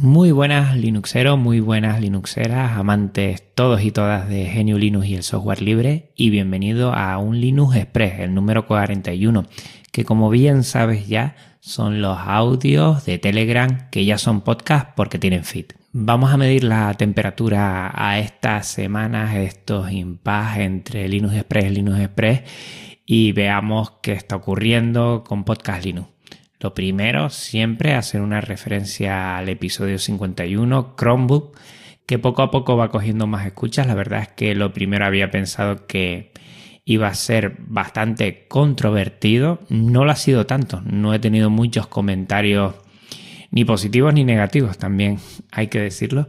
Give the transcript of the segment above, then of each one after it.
Muy buenas Linuxeros, muy buenas Linuxeras, amantes todos y todas de GNU Linux y el software libre, y bienvenido a un Linux Express, el número 41, que como bien sabes ya son los audios de Telegram que ya son podcast porque tienen feed. Vamos a medir la temperatura a estas semanas, estos impasse entre Linux Express y veamos qué está ocurriendo con Podcast Linux. Lo primero, siempre hacer una referencia al episodio 51, Chromebook, que poco a poco va cogiendo más escuchas. La verdad es que lo primero había pensado que iba a ser bastante controvertido. No lo ha sido tanto. No he tenido muchos comentarios ni positivos ni negativos, también hay que decirlo.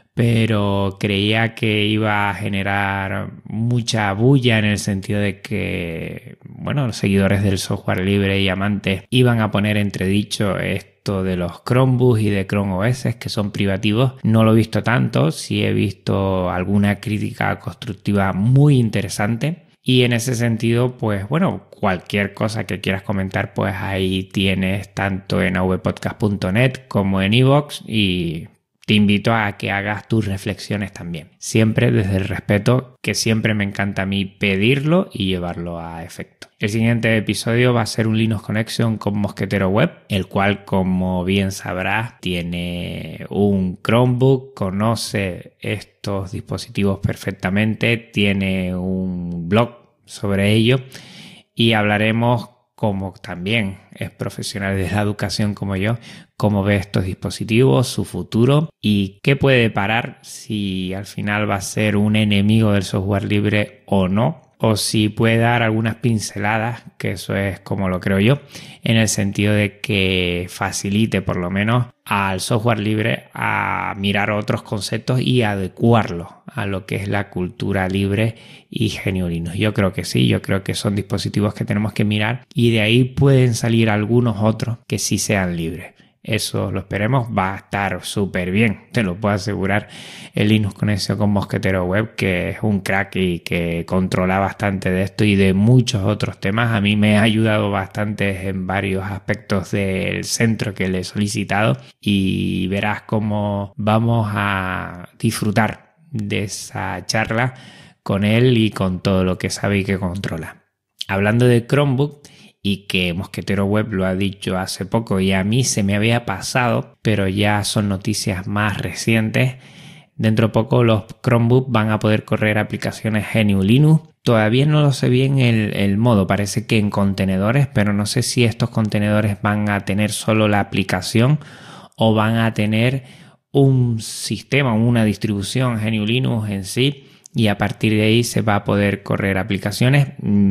Pero creía que iba a generar mucha bulla en el sentido de que, los seguidores del software libre y amantes iban a poner entredicho esto de los Chromebooks y de Chrome OS, que son privativos. No lo he visto tanto, sí he visto alguna crítica constructiva muy interesante. Y en ese sentido, cualquier cosa que quieras comentar, pues ahí tienes tanto en avpodcast.net como en iVoox, y te invito a que hagas tus reflexiones también. Siempre desde el respeto, que siempre me encanta a mí pedirlo y llevarlo a efecto. El siguiente episodio va a ser un Linux Connection con Mosquetero Web, el cual, como bien sabrás, tiene un Chromebook, conoce estos dispositivos perfectamente, tiene un blog sobre ello y hablaremos, como también es profesional de la educación como yo, cómo ve estos dispositivos, su futuro y qué puede parar, si al final va a ser un enemigo del software libre o no, o si puede dar algunas pinceladas, que eso es como lo creo yo, en el sentido de que facilite por lo menos al software libre a mirar otros conceptos y adecuarlos a lo que es la cultura libre y GNU Linux. Yo creo que sí, yo creo que son dispositivos que tenemos que mirar y de ahí pueden salir algunos otros que sí sean libres. Eso lo esperemos, va a estar súper bien, te lo puedo asegurar. El Linux Connection con Mosquetero Web, que es un crack y que controla bastante de esto y de muchos otros temas. A mí me ha ayudado bastante en varios aspectos del centro que le he solicitado y verás cómo vamos a disfrutar de esa charla con él y con todo lo que sabe y que controla. Hablando de Chromebook, y que Mosquetero Web lo ha dicho hace poco y a mí se me había pasado, pero ya son noticias más recientes. Dentro de poco los Chromebooks van a poder correr aplicaciones GNU Linux. Todavía no lo sé bien el modo, parece que en contenedores, pero no sé si estos contenedores van a tener solo la aplicación o van a tener un sistema, una distribución GNU Linux en sí, y a partir de ahí se va a poder correr aplicaciones.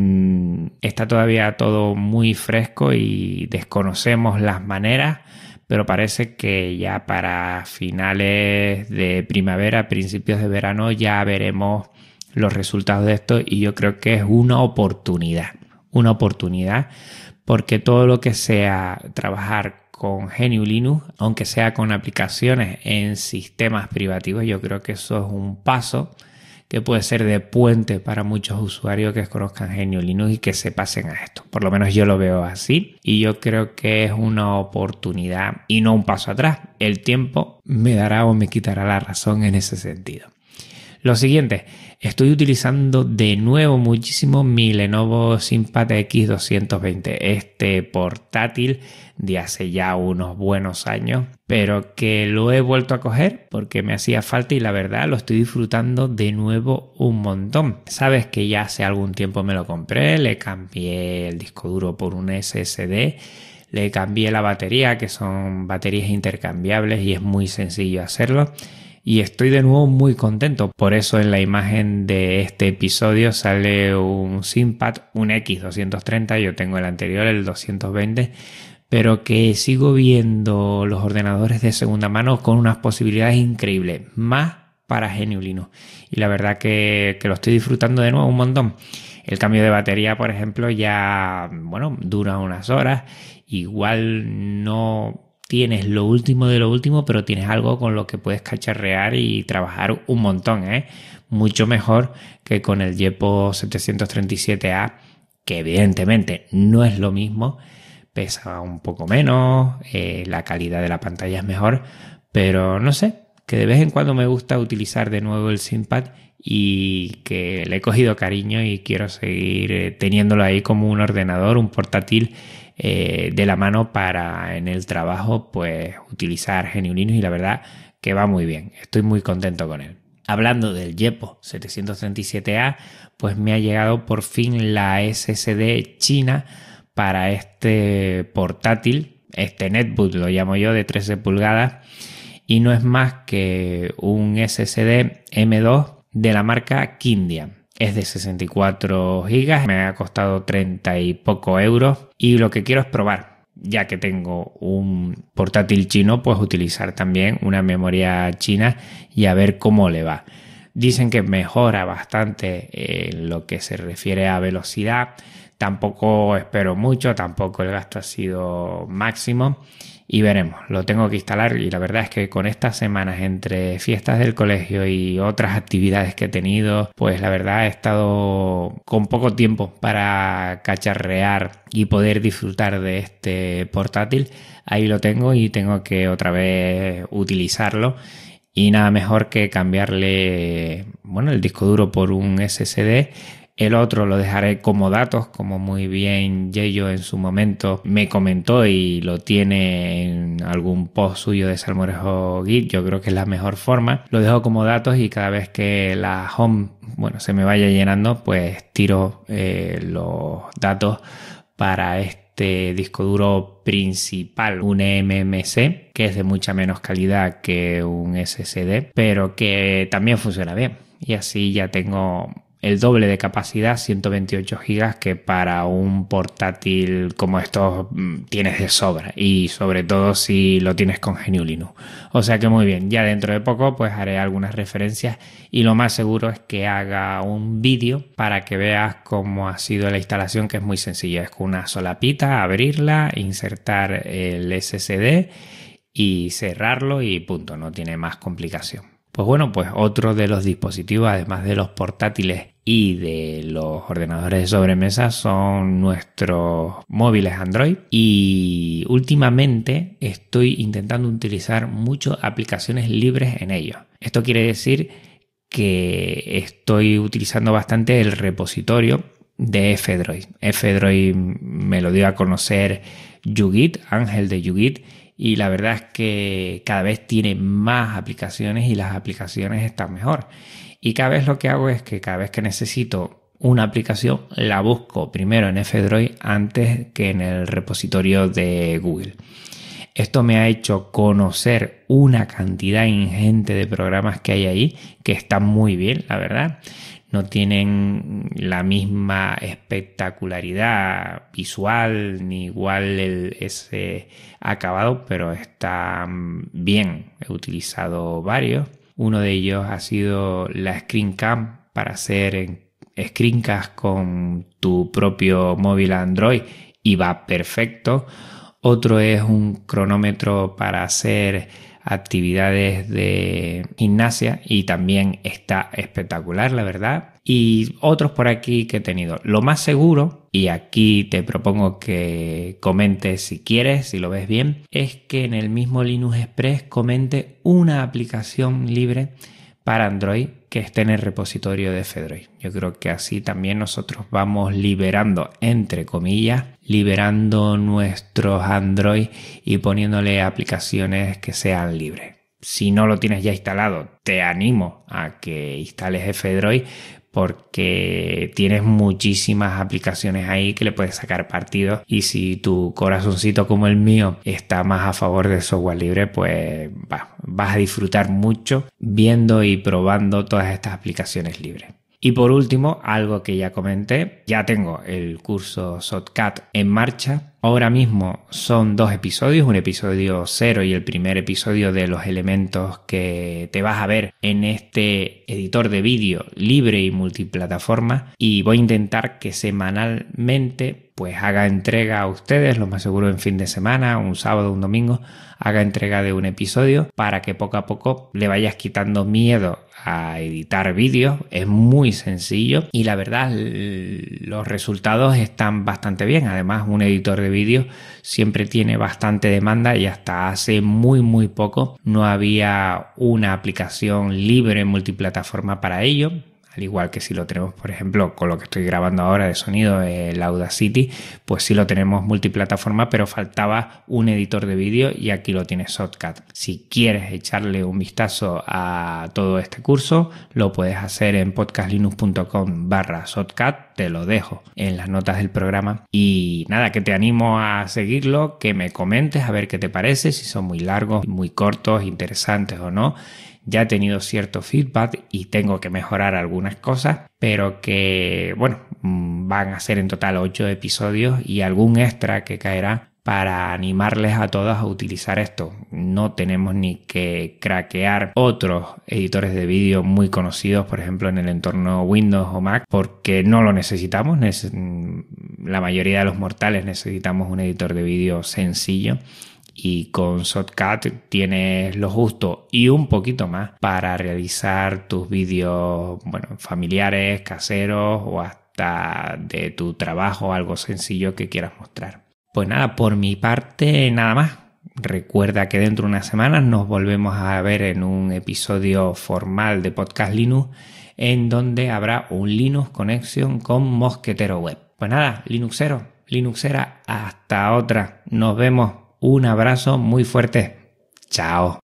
Está todavía todo muy fresco y desconocemos las maneras, pero parece que ya para finales de primavera, principios de verano, ya veremos los resultados de esto y yo creo que es una oportunidad porque todo lo que sea trabajar con GNU Linux, aunque sea con aplicaciones en sistemas privativos, yo creo que eso es un paso que puede ser de puente para muchos usuarios que conozcan GNU Linux y que se pasen a esto. Por lo menos yo lo veo así y yo creo que es una oportunidad y no un paso atrás. El tiempo me dará o me quitará la razón en ese sentido. Lo siguiente, estoy utilizando de nuevo muchísimo mi Lenovo ThinkPad X220, este portátil de hace ya unos buenos años, pero que lo he vuelto a coger porque me hacía falta y la verdad lo estoy disfrutando de nuevo un montón. Sabes que ya hace algún tiempo me lo compré, le cambié el disco duro por un SSD, le cambié la batería, que son baterías intercambiables y es muy sencillo hacerlo. Y estoy de nuevo muy contento. Por eso en la imagen de este episodio sale un ThinkPad, un X230. Yo tengo el anterior, el 220. Pero que sigo viendo los ordenadores de segunda mano con unas posibilidades increíbles. Más para GNU Linux. Y la verdad que lo estoy disfrutando de nuevo un montón. El cambio de batería, por ejemplo, ya dura unas horas. Igual no tienes lo último de lo último, pero tienes algo con lo que puedes cacharrear y trabajar un montón, mucho mejor que con el Yepo 737A, que evidentemente no es lo mismo, pesa un poco menos, la calidad de la pantalla es mejor, pero no sé, que de vez en cuando me gusta utilizar de nuevo el ThinkPad y que le he cogido cariño y quiero seguir teniéndolo ahí como un ordenador, un portátil de la mano para en el trabajo pues utilizar GNU Linux, y la verdad que va muy bien, estoy muy contento con él. Hablando del Yepo 737A, pues me ha llegado por fin la SSD china para este portátil, este netbook lo llamo yo, de 13 pulgadas, y no es más que un SSD M2 de la marca Kindian. Es de 64 GB, me ha costado 30 y poco euros, y lo que quiero es probar, ya que tengo un portátil chino, pues utilizar también una memoria china y a ver cómo le va. Dicen que mejora bastante en lo que se refiere a velocidad, tampoco espero mucho, tampoco el gasto ha sido máximo. Y veremos, lo tengo que instalar, y la verdad es que con estas semanas entre fiestas del colegio y otras actividades que he tenido, pues la verdad he estado con poco tiempo para cacharrear y poder disfrutar de este portátil. Ahí lo tengo y tengo que otra vez utilizarlo, y nada mejor que cambiarle, bueno, el disco duro por un SSD. El otro lo dejaré como datos, como muy bien Yeyo en su momento me comentó y lo tiene en algún post suyo de Salmorejo Git. Yo creo que es la mejor forma. Lo dejo como datos y cada vez que la home, bueno, se me vaya llenando, pues tiro los datos para este disco duro principal, un eMMC, que es de mucha menos calidad que un SSD, pero que también funciona bien. Y así ya tengo el doble de capacidad, 128 GB, que para un portátil como estos tienes de sobra, y sobre todo si lo tienes con GNU Linux. O sea que muy bien, ya dentro de poco pues haré algunas referencias, y lo más seguro es que haga un vídeo para que veas cómo ha sido la instalación, que es muy sencilla. Es con una sola pita, abrirla, insertar el SSD y cerrarlo y punto, no tiene más complicación. Pues bueno, pues otro de los dispositivos, además de los portátiles y de los ordenadores de sobremesa, son nuestros móviles Android, y últimamente estoy intentando utilizar muchas aplicaciones libres en ellos. Esto quiere decir que estoy utilizando bastante el repositorio de F-Droid. F-Droid me lo dio a conocer YouGit, Ángel de YouGit, y la verdad es que cada vez tiene más aplicaciones y las aplicaciones están mejor. Y cada vez lo que hago es que cada vez que necesito una aplicación la busco primero en F-Droid antes que en el repositorio de Google. Esto me ha hecho conocer una cantidad ingente de programas que hay ahí, que están muy bien, la verdad. No tienen la misma espectacularidad visual ni igual ese acabado, pero están bien. He utilizado varios. Uno de ellos ha sido la ScreenCam para hacer screencast con tu propio móvil Android y va perfecto. Otro es un cronómetro para hacer actividades de gimnasia y también está espectacular, la verdad. Y otros por aquí que he tenido. Lo más seguro, y aquí te propongo que comentes si quieres, si lo ves bien, es que en el mismo Linux Express comente una aplicación libre para Android que esté en el repositorio de F-Droid. Yo creo que así también nosotros vamos liberando, entre comillas, liberando nuestros Android y poniéndole aplicaciones que sean libres. Si no lo tienes ya instalado, te animo a que instales F-Droid, porque tienes muchísimas aplicaciones ahí que le puedes sacar partido, y si tu corazoncito como el mío está más a favor del software libre, pues vas a disfrutar mucho viendo y probando todas estas aplicaciones libres. Y por último, algo que ya comenté, ya tengo el curso Shotcut en marcha. Ahora mismo son 2 episodios, un episodio 0 y el primer episodio de los elementos que te vas a ver en este editor de vídeo libre y multiplataforma, y voy a intentar que semanalmente pues haga entrega a ustedes, lo más seguro en fin de semana, un sábado, un domingo, haga entrega de un episodio para que poco a poco le vayas quitando miedo a editar vídeos. Es muy sencillo y la verdad los resultados están bastante bien. Además, un editor de vídeo siempre tiene bastante demanda y hasta hace muy poco no había una aplicación libre multiplataforma para ello. Al igual que si lo tenemos, por ejemplo, con lo que estoy grabando ahora de sonido, el Audacity, pues sí lo tenemos multiplataforma, pero faltaba un editor de vídeo y aquí lo tienes Shotcut. Si quieres echarle un vistazo a todo este curso, lo puedes hacer en podcastlinux.com/Shotcut, te lo dejo en las notas del programa. Y nada, que te animo a seguirlo, que me comentes a ver qué te parece, si son muy largos, muy cortos, interesantes o no. Ya he tenido cierto feedback y tengo que mejorar algunas cosas, pero que, bueno, van a ser en total 8 episodios y algún extra que caerá para animarles a todos a utilizar esto. No tenemos ni que craquear otros editores de vídeo muy conocidos, por ejemplo, en el entorno Windows o Mac, porque no lo necesitamos. La mayoría de los mortales necesitamos un editor de vídeo sencillo. Y con Shotcut tienes lo justo y un poquito más para realizar tus vídeos, bueno, familiares, caseros o hasta de tu trabajo, algo sencillo que quieras mostrar. Pues nada, por mi parte nada más. Recuerda que dentro de unas semanas nos volvemos a ver en un episodio formal de Podcast Linux en donde habrá un Linux Connection con Mosquetero Web. Pues nada, Linuxero, Linuxera, hasta otra. Nos vemos. Un abrazo muy fuerte. Chao.